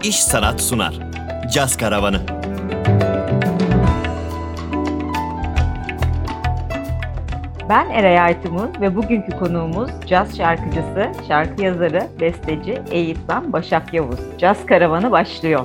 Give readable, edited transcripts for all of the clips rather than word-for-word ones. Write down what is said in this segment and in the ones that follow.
İş Sanat sunar. Caz Karavanı. Ben Eray Aytumur ve bugünkü konuğumuz caz şarkıcısı, şarkı yazarı, besteci, eğitmen Başak Yavuz. Caz Karavanı başlıyor.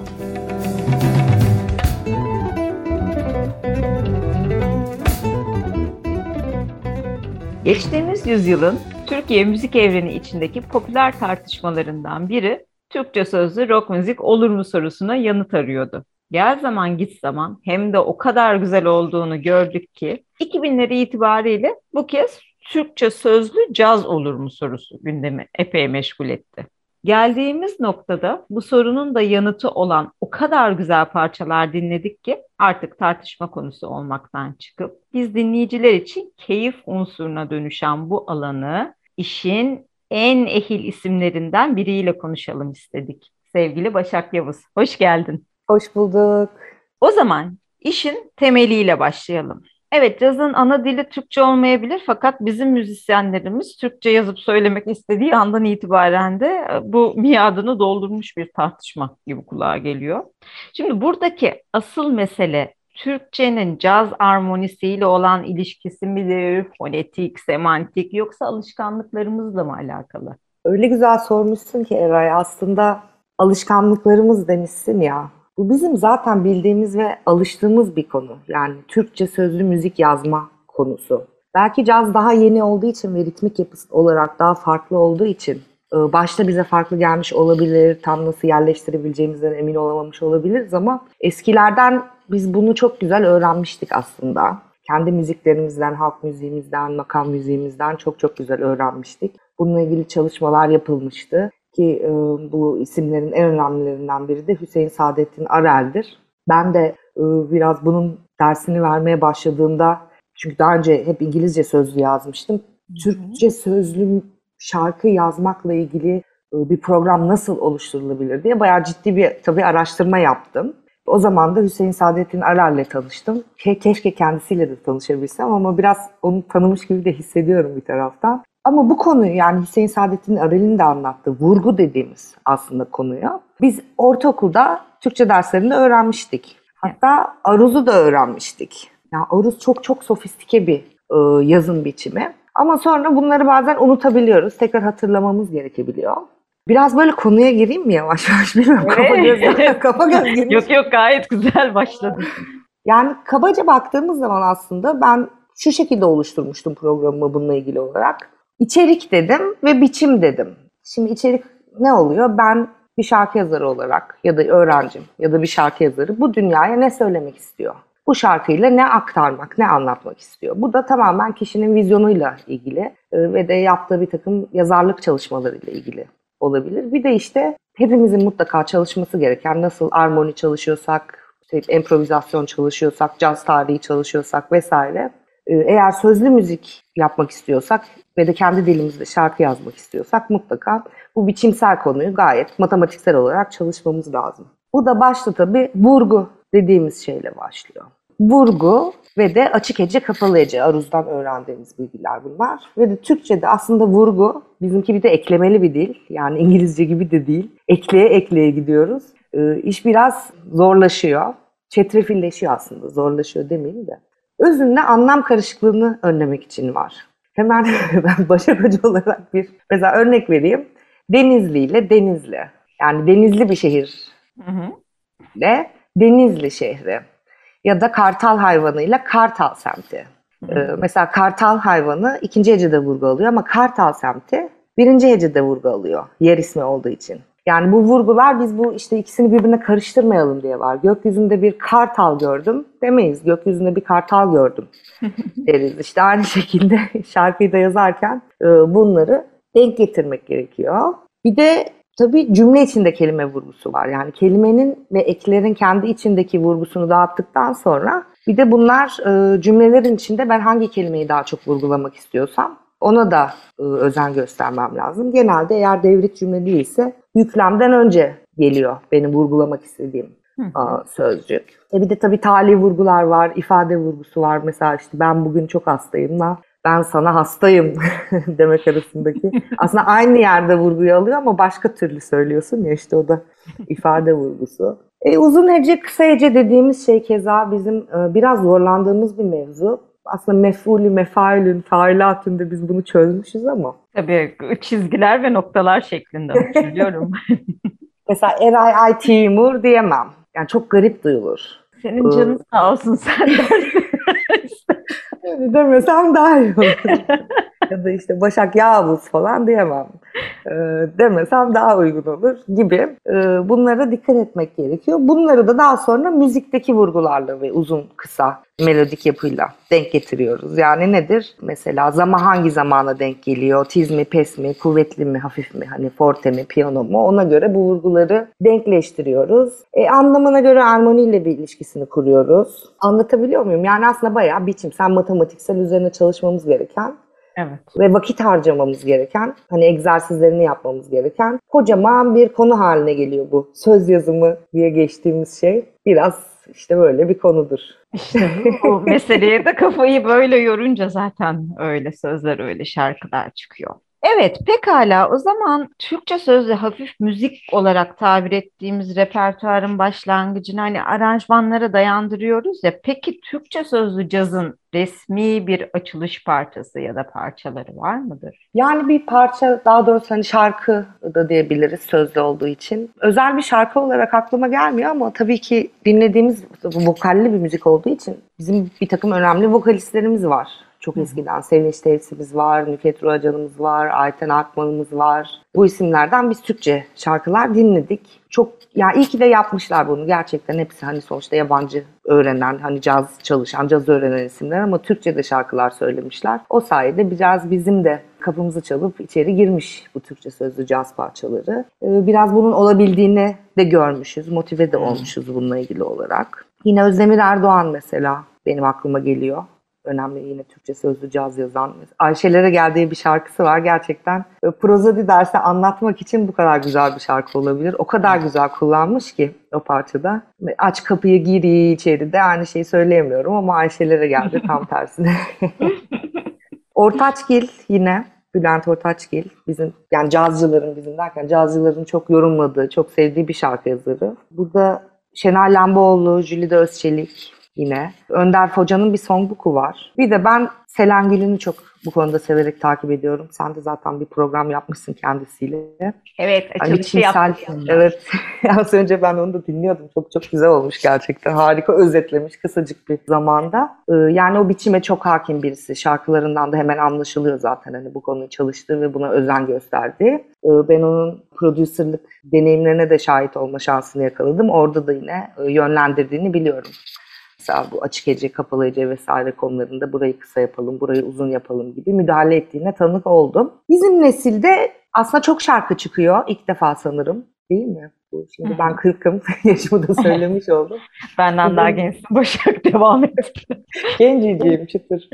Geçtiğimiz yüzyılın Türkiye müzik evreni içindeki popüler tartışmalarından biri, Türkçe sözlü rock müzik olur mu sorusuna yanıt arıyordu. Gel zaman git zaman hem de o kadar güzel olduğunu gördük ki 2000'leri itibariyle bu kez Türkçe sözlü caz olur mu sorusu gündemi epey meşgul etti. Geldiğimiz noktada bu sorunun da yanıtı olan o kadar güzel parçalar dinledik ki artık tartışma konusu olmaktan çıkıp biz dinleyiciler için keyif unsuruna dönüşen bu alanı işin en ehil isimlerinden biriyle konuşalım istedik. Sevgili Başak Yavuz, hoş geldin. Hoş bulduk. O zaman işin temeliyle başlayalım. Evet, cazın ana dili Türkçe olmayabilir fakat bizim müzisyenlerimiz Türkçe yazıp söylemek istediği andan itibaren de bu miadını doldurmuş bir tartışma gibi kulağa geliyor. Şimdi buradaki asıl mesele Türkçenin caz armonisiyle olan ilişkisi midir, fonetik, semantik yoksa alışkanlıklarımızla mı alakalı? Öyle güzel sormuşsun ki Eray, aslında alışkanlıklarımız demişsin ya. Bu bizim zaten bildiğimiz ve alıştığımız bir konu. Yani Türkçe sözlü müzik yazma konusu. Belki caz daha yeni olduğu için ve ritmik yapısı olarak daha farklı olduğu için başta bize farklı gelmiş olabilir, tam nasıl yerleştirebileceğimizden emin olamamış olabiliriz ama eskilerden biz bunu çok güzel öğrenmiştik aslında. Kendi müziklerimizden, halk müziğimizden, makam müziğimizden çok güzel öğrenmiştik. Bununla ilgili çalışmalar yapılmıştı ki bu isimlerin en önemlilerinden biri de Hüseyin Saadettin Arel'dir. Ben de biraz bunun dersini vermeye başladığımda, çünkü daha önce hep İngilizce sözlü yazmıştım. Türkçe sözlü şarkı yazmakla ilgili bir program nasıl oluşturulabilir diye bayağı ciddi bir tabii araştırma yaptım. O zaman da Hüseyin Saadettin Arel'le tanıştım. Keşke kendisiyle de tanışabilsem ama biraz onu tanımış gibi de hissediyorum bir taraftan. Ama bu konuyu, yani Hüseyin Saadettin Arel'in de anlattığı vurgu dediğimiz aslında konuya biz ortaokulda Türkçe derslerinde öğrenmiştik. Hatta aruz'u da öğrenmiştik. Yani aruz çok sofistike bir yazım biçimi. Ama sonra bunları bazen unutabiliyoruz. Tekrar hatırlamamız gerekebiliyor. Biraz böyle konuya gireyim mi yavaş yavaş? Bilmiyorum. Evet. Kafa göz girmiş. Yok gayet güzel başladın. Yani kabaca baktığımız zaman aslında ben şu şekilde oluşturmuştum programımı bununla ilgili olarak. İçerik dedim ve biçim dedim. Şimdi içerik ne oluyor? Ben bir şarkı yazarı olarak ya da öğrencim ya da bir şarkı yazarı bu dünyaya ne söylemek istiyor? Bu şarkıyla ne aktarmak, ne anlatmak istiyor? Bu da tamamen kişinin vizyonuyla ilgili ve de yaptığı bir takım yazarlık çalışmalarıyla ilgili olabilir. Bir de işte hepimizin mutlaka çalışması gereken, nasıl armoni çalışıyorsak, improvizasyon çalışıyorsak, caz tarihi çalışıyorsak vesaire. Eğer sözlü müzik yapmak istiyorsak ve de kendi dilimizde şarkı yazmak istiyorsak mutlaka bu biçimsel konuyu gayet matematiksel olarak çalışmamız lazım. Bu da başta tabii vurgu dediğimiz şeyle başlıyor. Vurgu ve de açık hece, kapalı hece, aruz'dan öğrendiğimiz bilgiler bunlar. Ve de Türkçe'de aslında vurgu, bizimki bir de eklemeli bir dil. Yani İngilizce gibi de değil. Ekleye gidiyoruz. İş biraz zorlaşıyor. Çetrefilleşiyor aslında. Zorlaşıyor demeyeyim de. Özünde anlam karışıklığını önlemek için var. Hemen ben Başak Hoca olarak mesela örnek vereyim. Denizli ile Denizli. Yani denizli bir şehir ile Denizli şehri. Ya da Kartal hayvanıyla Kartal semti. Mesela Kartal hayvanı ikinci hecede vurgu alıyor ama Kartal semti birinci hecede vurgu alıyor. Yer ismi olduğu için. Yani bu vurgular, biz bu işte ikisini birbirine karıştırmayalım diye var. Gökyüzünde bir kartal gördüm demeyiz. Gökyüzünde bir kartal gördüm deriz. İşte aynı şekilde şarkıyı da yazarken bunları denk getirmek gerekiyor. Bir de tabii cümle içinde kelime vurgusu var. Yani kelimenin ve eklerin kendi içindeki vurgusunu dağıttıktan sonra bir de bunlar cümlelerin içinde ben hangi kelimeyi daha çok vurgulamak istiyorsam ona da özen göstermem lazım. Genelde eğer devrik cümle değilse yüklemden önce geliyor benim vurgulamak istediğim sözcük. Bir de tabii tali vurgular var, ifade vurgusu var. Mesela işte ben bugün çok hastayımla ben sana hastayım demek arasındaki. Aslında aynı yerde vurguyu alıyor ama başka türlü söylüyorsun ya, işte o da ifade vurgusu. Uzun hece, kısa hece dediğimiz şey keza bizim biraz zorlandığımız bir mevzu. Aslında mef'ulü, mefailün, failatün de biz bunu çözmüşüz ama. Tabii çizgiler ve noktalar şeklinde hatırlıyorum. Mesela Eray Ay Timur diyemem. Yani çok garip duyulur. Senin canın sağ olsun, sen dersin. Öyle demesem daha iyi olur. Ya da işte Başak Yavuz falan diyemem. Demesem daha uygun olur gibi. Bunlara dikkat etmek gerekiyor. Bunları da daha sonra müzikteki vurgularla ve uzun kısa melodik yapıyla denk getiriyoruz. Yani nedir? Mesela hangi zamana denk geliyor? Tiz mi, pes mi, kuvvetli mi, hafif mi? Hani forte mi, piyano mu? Ona göre bu vurguları denkleştiriyoruz. Anlamına göre armoniyle bir ilişkisini kuruyoruz. Anlatabiliyor muyum? Yani aslında bayağı biçimsel, matematiksel üzerine çalışmamız gereken Evet. ve vakit harcamamız gereken, hani egzersizlerini yapmamız gereken kocaman bir konu haline geliyor bu. Söz yazımı diye geçtiğimiz şey biraz işte böyle bir konudur. İşte o meseleye de kafayı böyle yorunca zaten öyle sözler, öyle şarkılar çıkıyor. Evet, pekala. O zaman Türkçe sözlü hafif müzik olarak tabir ettiğimiz repertuarın başlangıcını hani aranjmanlara dayandırıyoruz ya. Peki Türkçe sözlü cazın resmi bir açılış parçası ya da parçaları var mıdır? Yani bir parça, daha doğrusu hani şarkı da diyebiliriz sözlü olduğu için. Özel bir şarkı olarak aklıma gelmiyor ama tabii ki dinlediğimiz vokalli bir müzik olduğu için bizim bir takım önemli vokalistlerimiz var. Çok eskiden Sevinç Tevsi'miz var, Nükhet Ruacan'ımız var, Ayten Akman'ımız var. Bu isimlerden biz Türkçe şarkılar dinledik. Çok, yani iyi ki de yapmışlar bunu gerçekten. Hepsi hani sonuçta yabancı öğrenen, hani caz çalışan, caz öğrenen isimler ama Türkçe de şarkılar söylemişler. O sayede biraz bizim de kapımızı çalıp içeri girmiş bu Türkçe sözlü caz parçaları. Biraz bunun olabildiğini de görmüşüz, motive de olmuşuz bununla ilgili olarak. Yine Özdemir Erdoğan mesela benim aklıma geliyor. Önemli yine Türkçe sözlü caz yazan. Ayşelere geldiği bir şarkısı var. Gerçekten prozodi derse anlatmak için bu kadar güzel bir şarkı olabilir. O kadar güzel kullanmış ki o parçada. Aç kapıyı, gir içeri de aynı şeyi söyleyemiyorum ama Ayşelere geldi tam tersine. Ortaçgil yine. Bülent Ortaçgil bizim, yani cazcıların, bizim derken cazcıların çok yorumladığı, çok sevdiği bir şarkı yazarı. Burada Şenay Lamboğlu, Jülide Özçelik yine. Önder Hoca'nın bir songbook'u var. Bir de ben Selen Gül'ünü çok bu konuda severek takip ediyorum. Sen de zaten bir program yapmışsın kendisiyle. Evet, Hani açılışı yaptım. evet. Az önce ben onu da dinliyordum. Çok çok güzel olmuş gerçekten. Harika özetlemiş kısacık bir zamanda. Yani o biçime çok hakim birisi. Şarkılarından da hemen anlaşılıyor zaten hani bu konuyu çalıştığı ve buna özen gösterdiği. Ben onun prodüserlik deneyimlerine de şahit olma şansını yakaladım. Orada da yine yönlendirdiğini biliyorum. Mesela bu açık hece, kapalı hece vesaire konularında burayı kısa yapalım, burayı uzun yapalım gibi müdahale ettiğine tanık oldum. Bizim nesilde aslında çok şarkı çıkıyor. İlk defa sanırım, değil mi? Şimdi ben 40'ım, yaşımı da söylemiş oldum. Benden daha gençsin Başak, devam et. Genceciğim, çıtır.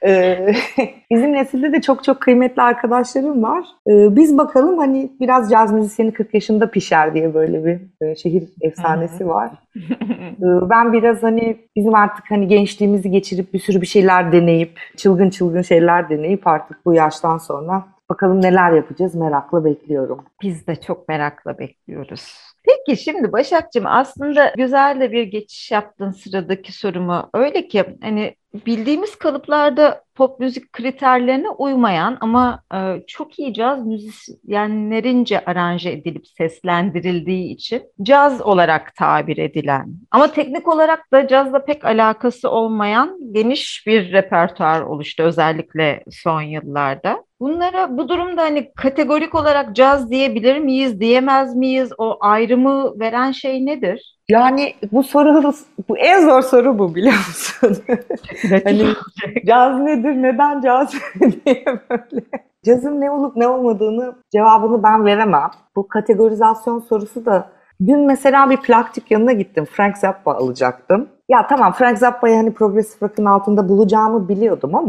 Bizim nesilde de çok çok kıymetli arkadaşlarım var. Biz bakalım, hani biraz caz müzisyeni 40 yaşında pişer diye böyle bir şehir efsanesi var. Ben biraz hani bizim artık hani gençliğimizi geçirip bir sürü bir şeyler deneyip, çılgın çılgın şeyler deneyip artık bu yaştan sonra bakalım neler yapacağız, merakla bekliyorum. Biz de çok merakla bekliyoruz. Peki şimdi Başakcığım, aslında güzel de bir geçiş yaptın sıradaki sorumu. Öyle ki hani bildiğimiz kalıplarda pop müzik kriterlerine uymayan ama çok iyi caz müzisyenlerince aranje edilip seslendirildiği için caz olarak tabir edilen ama teknik olarak da cazla pek alakası olmayan geniş bir repertuar oluştu özellikle son yıllarda. Bunlara, bu durumda hani kategorik olarak caz diyebilir miyiz, diyemez miyiz? O ayrımı veren şey nedir? Yani bu en zor soru bu, biliyor musun? Hani caz nedir, neden caz diye böyle. Cazın ne olup ne olmadığını, cevabını ben veremem. Bu kategorizasyon sorusu da, dün mesela bir plak dükkanına gittim. Frank Zappa alacaktım. Ya tamam, Frank Zappa'yı hani progresif rock'ın altında bulacağımı biliyordum ama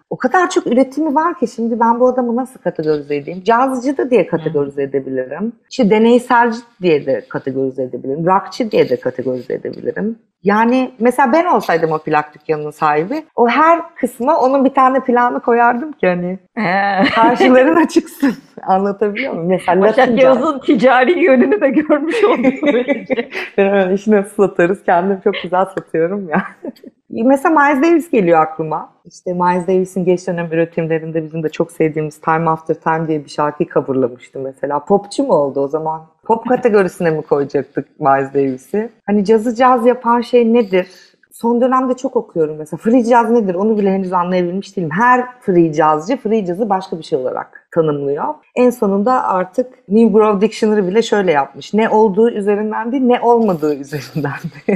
O kadar çok üretimi var ki şimdi ben bu adamı nasıl kategorize edeyim? Cazcı da diye kategorize edebilirim. İşte deneyselci diye de kategorize edebilirim. Rockçı diye de kategorize edebilirim. Yani mesela ben olsaydım o plak dükkanının sahibi, o her kısma onun bir tane planı koyardım ki hani karşılarına çıksın. Anlatabiliyor muyum? Mesela Başak Latin caz. Yağız'ın ticari yönünü de görmüş olduk böylece. Ben işi nasıl satarız? Kendimi çok güzel satıyorum ya. Mesela Miles Davis geliyor aklıma. İşte Miles Davis'in geç dönem üretimlerinde bizim de çok sevdiğimiz Time After Time diye bir şarkıyı coverlamıştı mesela. Popçu mu oldu o zaman? Pop kategorisine mi koyacaktık Miles Davis'i? Hani cazı caz yapan şey nedir? Son dönemde çok okuyorum mesela. Free jazz nedir? Onu bile henüz anlayabilmiş değilim. Her free jazzcı free jazzı başka bir şey olarak tanımlıyor. En sonunda artık New Grove Dictionary bile şöyle yapmış. Ne olduğu üzerinden değil, ne olmadığı üzerinden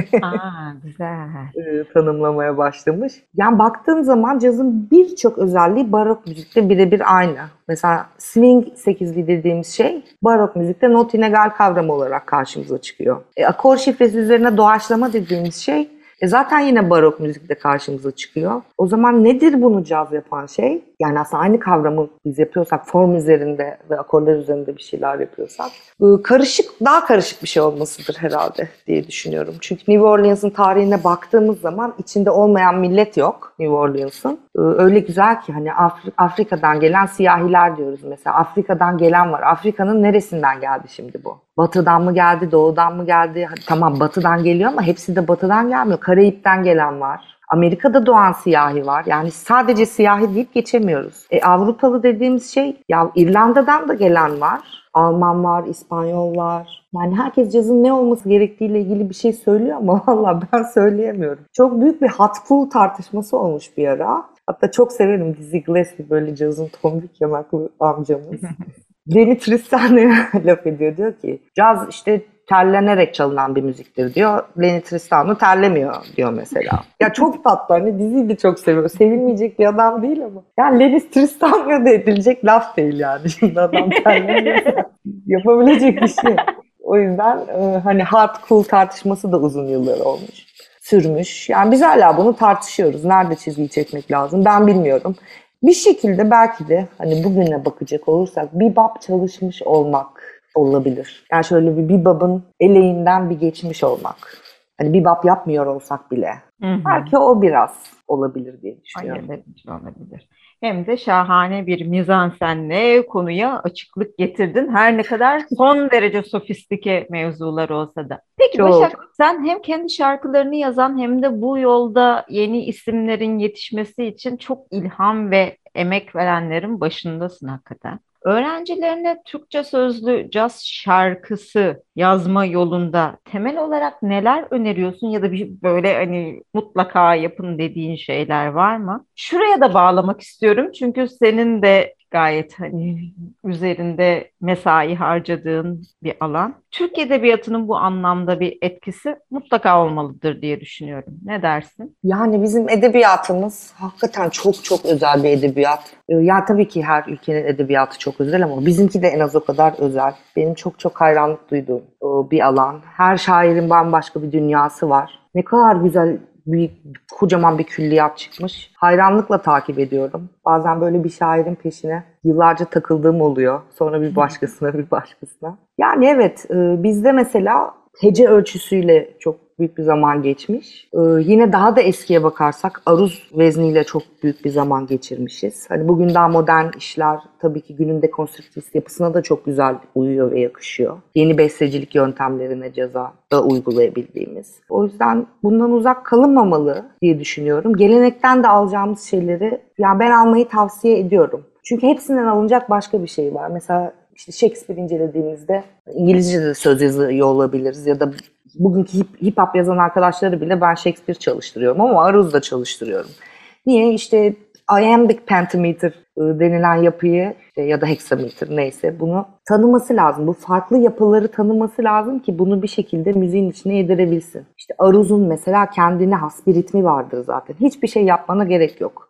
Güzel. tanımlamaya başlamış. Yani baktığım zaman cazın birçok özelliği barok müzikte birebir aynı. Mesela swing sekizli dediğimiz şey barok müzikte not inegal kavramı olarak karşımıza çıkıyor. Akor şifresi üzerine doğaçlama dediğimiz şey zaten yine barok müzikte karşımıza çıkıyor. O zaman nedir bunu caz yapan şey? Yani aslında aynı kavramı biz yapıyorsak, form üzerinde ve akorlar üzerinde bir şeyler yapıyorsak, karışık, daha karışık bir şey olmasıdır herhalde diye düşünüyorum. Çünkü New Orleans'ın tarihine baktığımız zaman içinde olmayan millet yok New Orleans'ın. Öyle güzel ki hani Afrika'dan gelen siyahiler diyoruz mesela. Afrika'dan gelen var. Afrika'nın neresinden geldi şimdi bu? Batı'dan mı geldi, doğudan mı geldi? Tamam batıdan geliyor ama hepsi de batıdan gelmiyor. Karayip'ten gelen var. Amerika'da doğan siyahi var. Yani sadece siyahi deyip geçemiyoruz. Avrupalı dediğimiz şey, ya İrlanda'dan da gelen var. Alman var, İspanyol var. Yani herkes cazın ne olması gerektiğiyle ilgili bir şey söylüyor ama vallahi ben söyleyemiyorum. Çok büyük bir hot pool tartışması olmuş bir ara. Hatta çok severim Dizzy Gillespie, böyle cazın tombik yanaklı amcamız. Lenny Tristan'a laf ediyor, diyor ki caz işte terlenerek çalınan bir müziktir diyor. Lenny Tristano terlemiyor diyor mesela. Ya çok tatlı, hani Dizzy'yi de çok seviyor. Sevilmeyecek bir adam değil ama. Yani Lenny Tristano'ya da edilecek laf değil yani. Şimdi adam terlemiyorsa yapabilecek bir şey. O yüzden hani hard cool tartışması da uzun yıllar olmuş. Sürmüş. Yani biz hala bunu tartışıyoruz. Nerede çizgiyi çekmek lazım ben bilmiyorum. Bir şekilde belki de hani bugüne bakacak olursak bebop çalışmış olmak olabilir. Yani şöyle bir bebop'ın eleğinden bir geçmiş olmak. Hani bebop yapmıyor olsak bile. Belki o biraz olabilir diye düşünüyorum. Hayır, olabilir. Hem de şahane bir mizansenle konuya açıklık getirdin. Her ne kadar son derece sofistike mevzular olsa da. Peki Çok. Başak, sen hem kendi şarkılarını yazan hem de bu yolda yeni isimlerin yetişmesi için çok ilham ve emek verenlerin başındasın hakikaten. Öğrencilerine Türkçe sözlü caz şarkısı yazma yolunda temel olarak neler öneriyorsun ya da bir böyle hani mutlaka yapın dediğin şeyler var mı? Şuraya da bağlamak istiyorum çünkü senin de gayet hani üzerinde mesai harcadığın bir alan. Türk Edebiyatı'nın bu anlamda bir etkisi mutlaka olmalıdır diye düşünüyorum. Ne dersin? Yani bizim edebiyatımız hakikaten çok çok özel bir edebiyat. Ya tabii ki her ülkenin edebiyatı çok özel ama bizimki de en az o kadar özel. Benim çok çok hayranlık duyduğum bir alan. Her şairin bambaşka bir dünyası var. Ne kadar güzel, büyük, kocaman bir külliyat çıkmış. Hayranlıkla takip ediyorum. Bazen böyle bir şairin peşine yıllarca takıldığım oluyor. Sonra bir başkasına, bir başkasına. Yani evet, bizde mesela hece ölçüsüyle çok büyük bir zaman geçmiş. Yine daha da eskiye bakarsak aruz vezniyle çok büyük bir zaman geçirmişiz. Hani bugün daha modern işler tabii ki günün dekonstrüktivist yapısına da çok güzel uyuyor ve yakışıyor. Yeni bestecilik yöntemlerine caza da uygulayabildiğimiz. O yüzden bundan uzak kalınmamalı diye düşünüyorum. Gelenekten de alacağımız şeyleri yani ben almayı tavsiye ediyorum. Çünkü hepsinden alınacak başka bir şey var. Mesela işte Shakespeare incelediğimizde İngilizce'de de söz yazıyor olabiliriz ya da bugünkü hip hop yazan arkadaşları bile ben Shakespeare çalıştırıyorum ama aruz da çalıştırıyorum. Niye? İşte iambic pentameter denilen yapıyı ya da hexameter neyse bunu tanıması lazım. Bu farklı yapıları tanıması lazım ki bunu bir şekilde müziğin içine yedirebilsin. İşte aruzun mesela kendine has bir ritmi vardır zaten. Hiçbir şey yapmana gerek yok.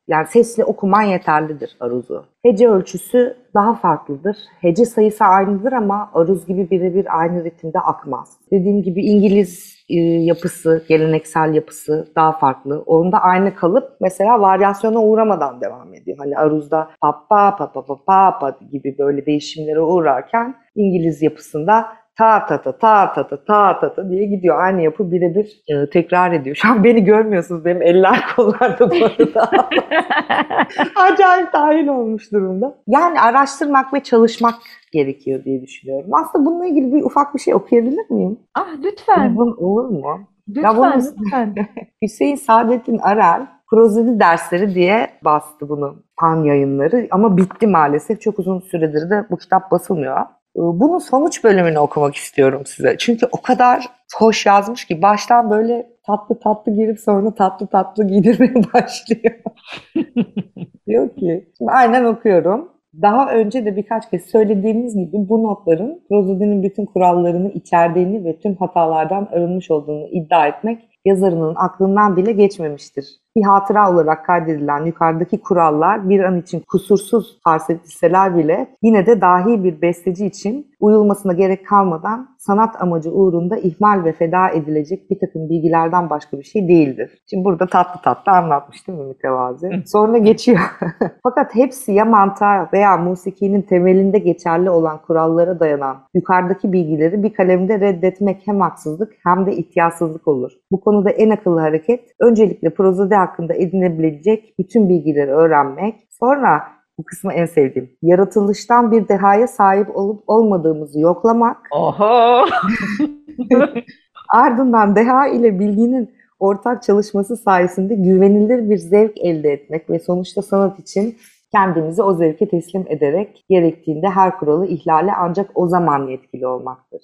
Yani sesli okuman yeterlidir aruzu. Hece ölçüsü daha farklıdır. Hece sayısı aynıdır ama aruz gibi birebir aynı ritimde akmaz. Dediğim gibi İngiliz yapısı, geleneksel yapısı daha farklı. Onda aynı kalıp mesela varyasyona uğramadan devam ediyor. Hani aruzda pa pa pa pa pa pa pa gibi böyle değişimlere uğrarken İngiliz yapısında ta ta ta ta ta ta ta ta ta diye gidiyor. Aynı yapı birebir tekrar ediyor. Şu an beni görmüyorsunuz. Benim eller kollarda bu arada. Acayip dahil olmuş durumda. Yani araştırmak ve çalışmak gerekiyor diye düşünüyorum. Aslında bununla ilgili bir ufak bir şey okuyabilir miyim? Ah lütfen. Uygun olur mu? Lütfen, lütfen. Hüseyin Saadettin Arel prozodi dersleri diye bastı bunu Pan Yayınları ama bitti maalesef. Çok uzun süredir de bu kitap basılmıyor. Bunun sonuç bölümünü okumak istiyorum size. Çünkü o kadar hoş yazmış ki baştan böyle tatlı tatlı girip sonra tatlı tatlı giydirmeye başlıyor. Diyor ki, şimdi aynen okuyorum. Daha önce de birkaç kez söylediğimiz gibi bu notların prozodinin bütün kurallarını içerdiğini ve tüm hatalardan arınmış olduğunu iddia etmek yazarının aklından bile geçmemiştir. Bir hatıra olarak kaydedilen yukarıdaki kurallar bir an için kusursuz farz edilseler bile yine de dahi bir besteci için uyulmasına gerek kalmadan sanat amacı uğrunda ihmal ve feda edilecek bir takım bilgilerden başka bir şey değildir. Şimdi burada tatlı tatlı anlatmış değil mi mütevazi? Sonra geçiyor. Fakat hepsi ya mantığa veya musikinin temelinde geçerli olan kurallara dayanan yukarıdaki bilgileri bir kalemde reddetmek hem haksızlık hem de ihtiyatsızlık olur. Bu konuda en akıllı hareket öncelikle prozodi hakkında edinebilecek bütün bilgileri öğrenmek, sonra bu kısmı en sevdiğim, yaratılıştan bir dehaya sahip olup olmadığımızı yoklamak, Oho! ardından deha ile bilginin ortak çalışması sayesinde güvenilir bir zevk elde etmek ve sonuçta sanat için kendimizi o zevke teslim ederek gerektiğinde her kuralı ihlale ancak o zaman yetkili olmaktır.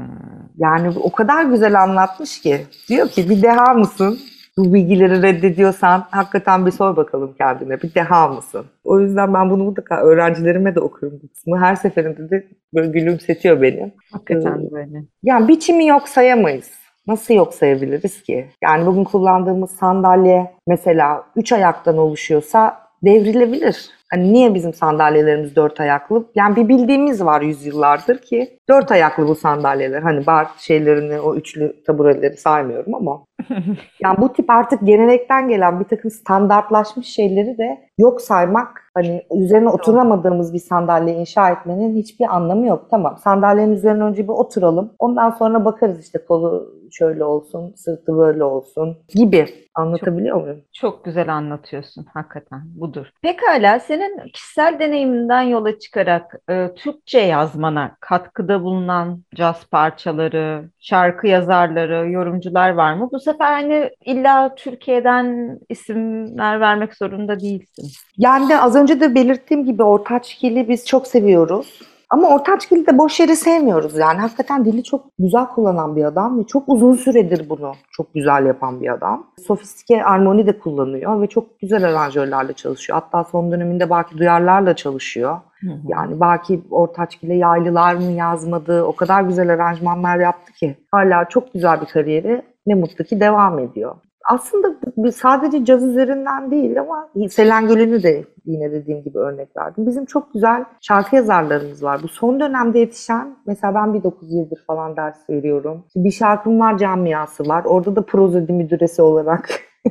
Yani o kadar güzel anlatmış ki. Diyor ki bir deha mısın? Bu bilgileri reddediyorsan hakikaten bir sor bakalım kendine. Bir deha mısın? O yüzden ben bunu mutlaka öğrencilerime de okuyorum bu kısmı. Her seferinde de böyle gülümsetiyor beni. Hakikaten böyle. Yani biçimi yok sayamayız. Nasıl yok sayabiliriz ki? Yani bugün kullandığımız sandalye mesela 3 ayaktan oluşuyorsa devrilebilir. Hani niye bizim sandalyelerimiz 4 ayaklı? Yani bir bildiğimiz var yüzyıllardır ki 4 ayaklı bu sandalyeler. Hani bar şeylerini, o üçlü tabureleri saymıyorum ama. Yani bu tip artık gelenekten gelen bir takım standartlaşmış şeyleri de yok saymak, hani üzerine oturamadığımız bir sandalye inşa etmenin hiçbir anlamı yok. Tamam, sandalyenin üzerine önce bir oturalım. Ondan sonra bakarız işte kolu şöyle olsun, sırtı böyle olsun gibi. Anlatabiliyor muyum? Çok güzel anlatıyorsun hakikaten. Budur. Pekala, senin kişisel deneyiminden yola çıkarak Türkçe yazmana katkıda bulunan caz parçaları, şarkı yazarları, yorumcular var mı? Bu sefer hani illa Türkiye'den isimler vermek zorunda değilsin. Yani de az önce de belirttiğim gibi Ortaçgil'i biz çok seviyoruz. Ama Ortaçgil'i de boş yere sevmiyoruz yani. Hakikaten dili çok güzel kullanan bir adam ve çok uzun süredir bunu çok güzel yapan bir adam. Sofistike armoni de kullanıyor ve çok güzel aranjörlerle çalışıyor. Hatta son döneminde Baki Duyarlar'la çalışıyor. Yani Baki Ortaçgil'e yaylılar mı yazmadı, o kadar güzel aranjmanlar yaptı ki hala çok güzel bir kariyeri ne mutlu ki devam ediyor. Aslında sadece caz üzerinden değil ama Selen Gül'ünü de yine dediğim gibi örnek verdim. Bizim çok güzel şarkı yazarlarımız var. Bu son dönemde yetişen, mesela ben bir 9 yıldır falan ders veriyorum. Bir şarkım var, camiası var. Orada da prozodi müdüresi olarak.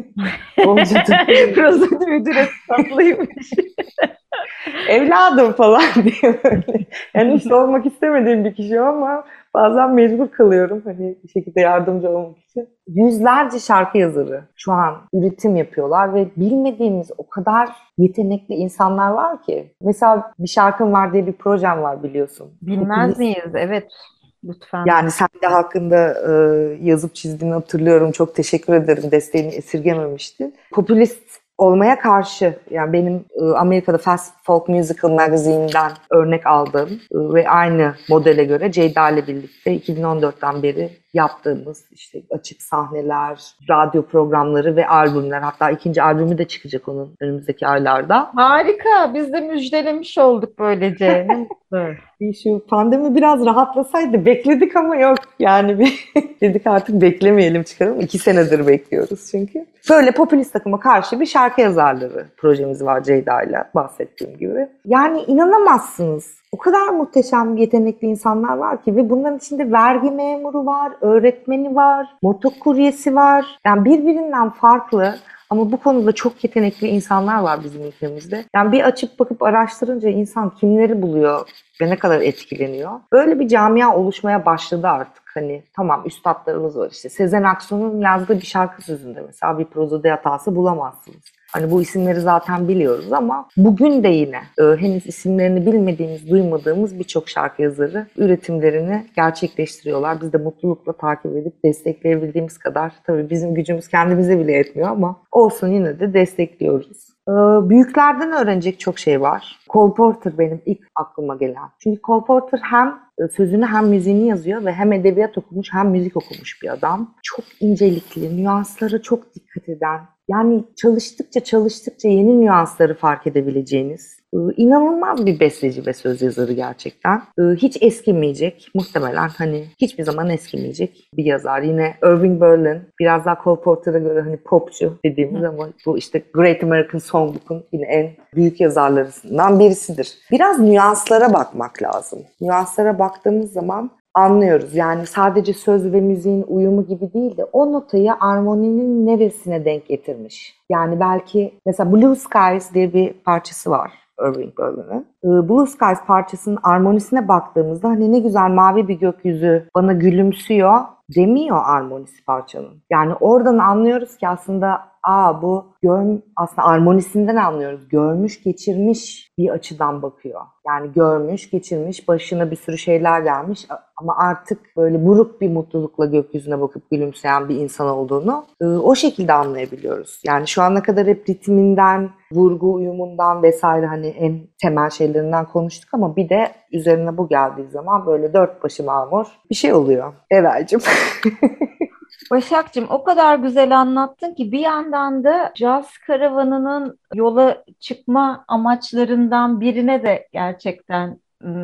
Prozodi müdüresi tatlıymış. Evladım falan diye böyle. Yani hiç sormak istemediğim bir kişi ama bazen mecbur kalıyorum hani bir şekilde yardımcı olmak için. Yüzlerce şarkı yazarı şu an üretim yapıyorlar ve bilmediğimiz o kadar yetenekli insanlar var ki. Mesela bir şarkım var diye bir projem var biliyorsun. Bilmez miyiz? Evet. Lütfen. Yani sen de hakkında yazıp çizdiğini hatırlıyorum. Çok teşekkür ederim. Desteğini esirgememiştin. Popülist olmaya karşı, yani benim Amerika'da Fast Folk Musical Magazine'den örnek aldığım ve aynı modele göre Ceyda ile birlikte 2014'ten beri yaptığımız işte açık sahneler, radyo programları ve albümler. Hatta ikinci albümü de çıkacak onun önümüzdeki aylarda. Harika. Biz de müjdelemiş olduk böylece. Ne mutlu. Şu pandemi biraz rahatlasaydı bekledik ama yok. Yani bir dedik artık beklemeyelim çıkaralım. 2 senedir bekliyoruz çünkü. Böyle popülist akıma karşı bir şarkı yazarları projemiz var Ceyda'yla bahsettiğim gibi. Yani inanamazsınız. O kadar muhteşem, yetenekli insanlar var ki ve bunların içinde vergi memuru var, öğretmeni var, motokuryesi var. Yani birbirinden farklı ama bu konuda çok yetenekli insanlar var bizim ülkemizde. Yani bir açıp bakıp araştırınca insan kimleri buluyor ve ne kadar etkileniyor. Böyle bir camia oluşmaya başladı artık. Hani tamam üstatlarımız var işte. Sezen Aksu'nun yazdığı bir şarkı sözünde mesela bir prozode hatası bulamazsınız. Hani bu isimleri zaten biliyoruz ama bugün de yine henüz isimlerini bilmediğimiz, duymadığımız birçok şarkı yazarı üretimlerini gerçekleştiriyorlar. Biz de mutlulukla takip edip destekleyebildiğimiz kadar, tabii bizim gücümüz kendimize bile yetmiyor ama olsun yine de destekliyoruz. Büyüklerden öğrenecek çok şey var. Cole Porter benim ilk aklıma gelen. Çünkü Cole Porter hem sözünü hem müziğini yazıyor ve hem edebiyat okumuş hem müzik okumuş bir adam. Çok incelikli, nüanslara çok dikkat eden, yani çalıştıkça yeni nüansları fark edebileceğiniz inanılmaz bir besteci ve söz yazarı gerçekten. Hiç eskimeyecek, muhtemelen hani hiçbir zaman eskimeyecek bir yazar. Yine Irving Berlin, biraz daha Cole Porter'a göre hani popçu dediğimiz ama bu işte Great American Songbook'un yine en büyük yazarlarından birisidir. Biraz nüanslara bakmak lazım. Nüanslara baktığımız zaman anlıyoruz. Yani sadece söz ve müziğin uyumu gibi değil de o notayı armoninin neresine denk getirmiş. Yani belki mesela Blue Skies diye bir parçası var Irving Berlin'in. Blue Skies parçasının armonisine baktığımızda hani ne güzel mavi bir gökyüzü bana gülümsüyor demiyor armonisi parçanın. Yani oradan anlıyoruz ki aslında bu aslında armonisinden anlıyoruz. Görmüş, geçirmiş bir açıdan bakıyor. Yani görmüş, geçirmiş, başına bir sürü şeyler gelmiş ama artık böyle buruk bir mutlulukla gökyüzüne bakıp gülümseyen bir insan olduğunu o şekilde anlayabiliyoruz. Yani şu ana kadar hep ritminden, vurgu uyumundan vesaire hani en temel şeylerinden konuştuk ama bir de üzerine bu geldiği zaman böyle dört başı mamur bir şey oluyor. Eraycığım. Başakcığım o kadar güzel anlattın ki bir yandan da Caz Karavanı'nın yola çıkma amaçlarından birine de gerçekten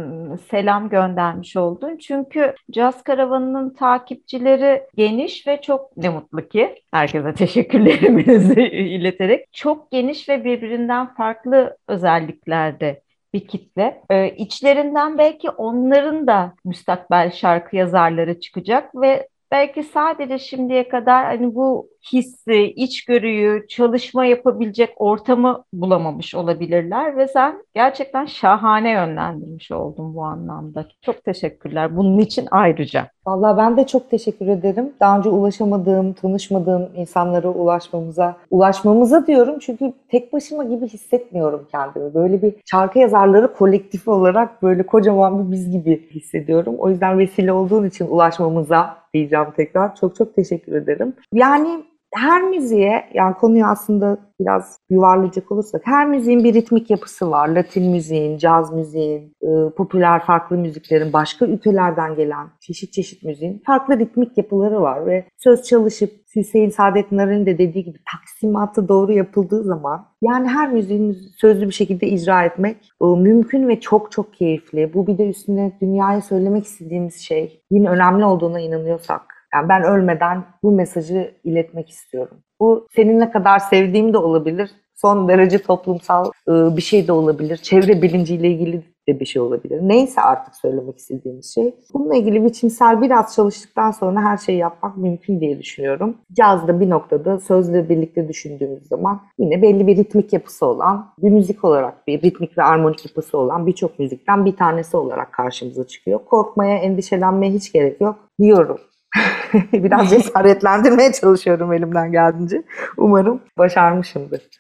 selam göndermiş oldun. Çünkü Caz Karavanı'nın takipçileri geniş ve çok ne mutlu ki herkese teşekkürlerimizi ileterek çok geniş ve birbirinden farklı özelliklerde bir kitle. İçlerinden belki onların da müstakbel şarkı yazarları çıkacak ve belki sadece şimdiye kadar hani bu hissi, içgörüyü, çalışma yapabilecek ortamı bulamamış olabilirler ve sen gerçekten şahane yönlendirmiş oldun bu anlamda. Çok teşekkürler bunun için ayrıca. Vallahi ben de çok teşekkür ederim. Daha önce ulaşamadığım, tanışmadığım insanlara ulaşmamıza diyorum çünkü tek başıma gibi hissetmiyorum kendimi. Böyle bir şarkı yazarları kolektifi olarak böyle kocaman bir biz gibi hissediyorum. O yüzden vesile olduğun için ulaşmamıza diyeceğim tekrar. Çok çok teşekkür ederim. Yani her müziğe, yani konuyu aslında biraz yuvarlayacak olursak, her müziğin bir ritmik yapısı var. Latin müziğin, caz müziğin, popüler farklı müziklerin, başka ülkelerden gelen çeşit müziğin farklı ritmik yapıları var ve söz çalışıp Hüseyin Saadet Nar'ın da dediği gibi taksimatı doğru yapıldığı zaman yani her müziğin sözlü bir şekilde icra etmek mümkün ve çok çok keyifli. Bu bir de üstüne dünyaya söylemek istediğimiz şey yine önemli olduğuna inanıyorsak. Yani ben ölmeden bu mesajı iletmek istiyorum. Bu senin ne kadar sevdiğim de olabilir. Son derece toplumsal bir şey de olabilir. Çevre bilinciyle ilgili de bir şey olabilir. Neyse artık söylemek istediğimiz şey. Bununla ilgili biçimsel biraz çalıştıktan sonra her şeyi yapmak mümkün diye düşünüyorum. Cazda bir noktada sözle birlikte düşündüğümüz zaman yine belli bir ritmik yapısı olan, bir müzik olarak bir ritmik ve armonik yapısı olan birçok müzikten bir tanesi olarak karşımıza çıkıyor. Korkmaya, endişelenmeye hiç gerek yok diyorum. Biraz cesaretlendirmeye çalışıyorum elimden geldiğince. Umarım başarmışımdır.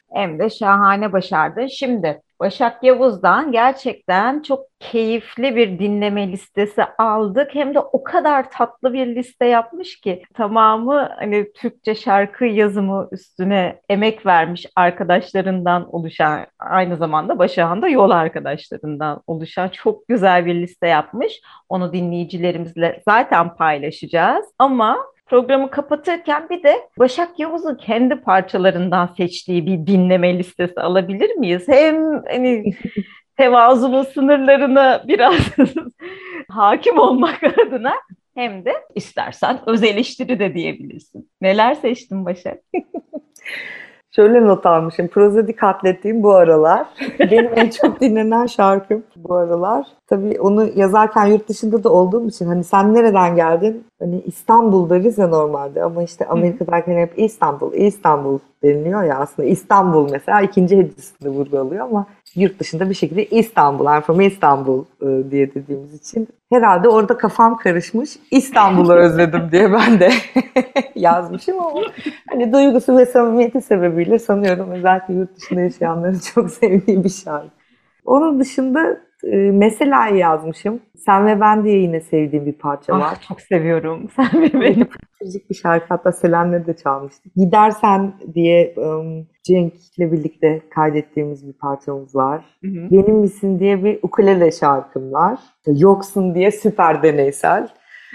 Hem de şahane başardın. Şimdi Başak Yavuz'dan gerçekten çok keyifli bir dinleme listesi aldık. Hem de o kadar tatlı bir liste yapmış ki tamamı hani Türkçe şarkı yazımı üstüne emek vermiş arkadaşlarından oluşan, aynı zamanda Başak'ın da yol arkadaşlarından oluşan çok güzel bir liste yapmış. Onu dinleyicilerimizle zaten paylaşacağız. Ama programı kapatırken bir de Başak Yavuz'un kendi parçalarından seçtiği bir dinleme listesi alabilir miyiz? Hem hani tevazunun sınırlarına biraz hakim olmak adına hem de istersen öz eleştiri de diyebilirsin. Neler seçtin Başak? Şöyle not almışım. Prozodi katlettiğim bu aralar. Benim en çok dinlenen şarkım bu aralar. Tabii onu yazarken yurt dışında da olduğum için hani sen nereden geldin? Hani İstanbul deriz ya normalde ama işte Amerika'dayken hep İstanbul, İstanbul deniliyor ya aslında. İstanbul mesela ikinci hecesinde vurguluyor ama yurt dışında bir şekilde İstanbul, I'm from İstanbul diye dediğimiz için herhalde orada kafam karışmış. İstanbul'u özledim diye ben de yazmışım ama hani duygusu ve samimiyeti sebebiyle sanıyorum özellikle yurt dışında yaşayanların çok sevdiği bir şarkı. Onun dışında Mesela'yı yazmışım. Sen ve Ben diye yine sevdiğim bir parça var. Çok seviyorum. Sen ve beni. Müzik bir şarkı, hatta Selen'le de çalmıştık. Gidersen diye Cenk'le birlikte kaydettiğimiz bir parçamız var. Hı hı. Benim misin diye bir ukulele şarkım var. Yoksun diye süper deneysel.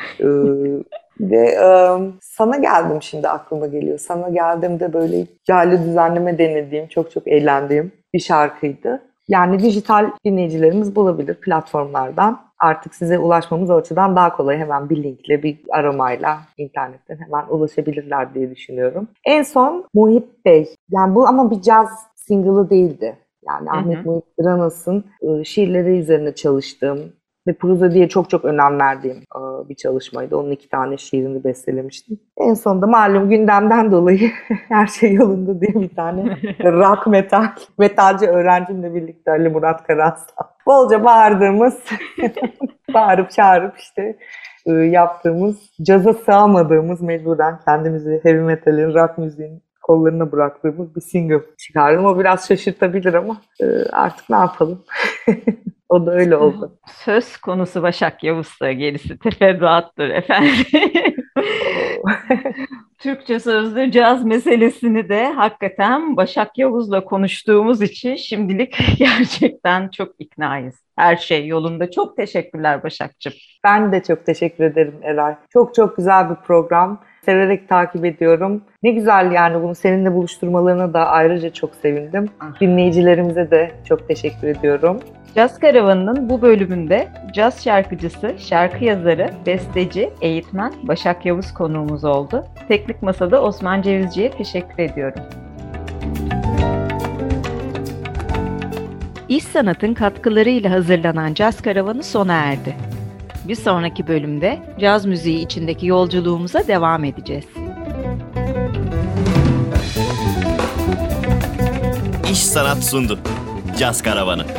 Ve sana geldim şimdi aklıma geliyor. Sana geldim de böyle yerli düzenleme denediğim, çok çok eğlendiğim bir şarkıydı. Yani dijital dinleyicilerimiz bulabilir platformlardan. Artık size ulaşmamız o açıdan daha kolay. Hemen bir linkle, bir aramayla internetten hemen ulaşabilirler diye düşünüyorum. En son Muhip Bey. Yani bu ama bir caz single'ı değildi. Yani Ahmet Muhip Dranas'ın şiirleri üzerine çalıştığım ve prozodiye çok çok önem verdiğim bir çalışmaydı. Onun 2 tane şiirini bestelemiştim. En sonunda malum gündemden dolayı her şey yolunda diye bir tane rock metalci öğrencimle birlikte Ali Murat Karaslan. Bolca bağırdığımız, bağırıp çağırıp işte yaptığımız, caza sığamadığımız, mecburen kendimizi heavy metalin, rock müziğin kollarına bıraktığımız bir single çıkardım. O biraz şaşırtabilir ama artık ne yapalım? O da öyle oldu. Söz konusu Başak Yavuz'sa gerisi teferruattır efendim. Türkçe sözlü caz meselesini de hakikaten Başak Yavuz'la konuştuğumuz için şimdilik gerçekten çok iknayız. Her şey yolunda. Çok teşekkürler Başak'cığım. Ben de çok teşekkür ederim Eray. Çok çok güzel bir program. Severek takip ediyorum. Ne güzel yani bunu seninle buluşturmalarına da ayrıca çok sevindim. Dinleyicilerimize de çok teşekkür ediyorum. Caz Karavanı'nın bu bölümünde caz şarkıcısı, şarkı yazarı, besteci, eğitmen Başak Yavuz konuğumuz oldu. Teknik Masa'da Osman Cevizci'ye teşekkür ediyorum. İş Sanat'ın katkılarıyla hazırlanan Caz Karavanı sona erdi. Bir sonraki bölümde caz müziği içindeki yolculuğumuza devam edeceğiz. İş Sanat sundu. Caz Karavanı.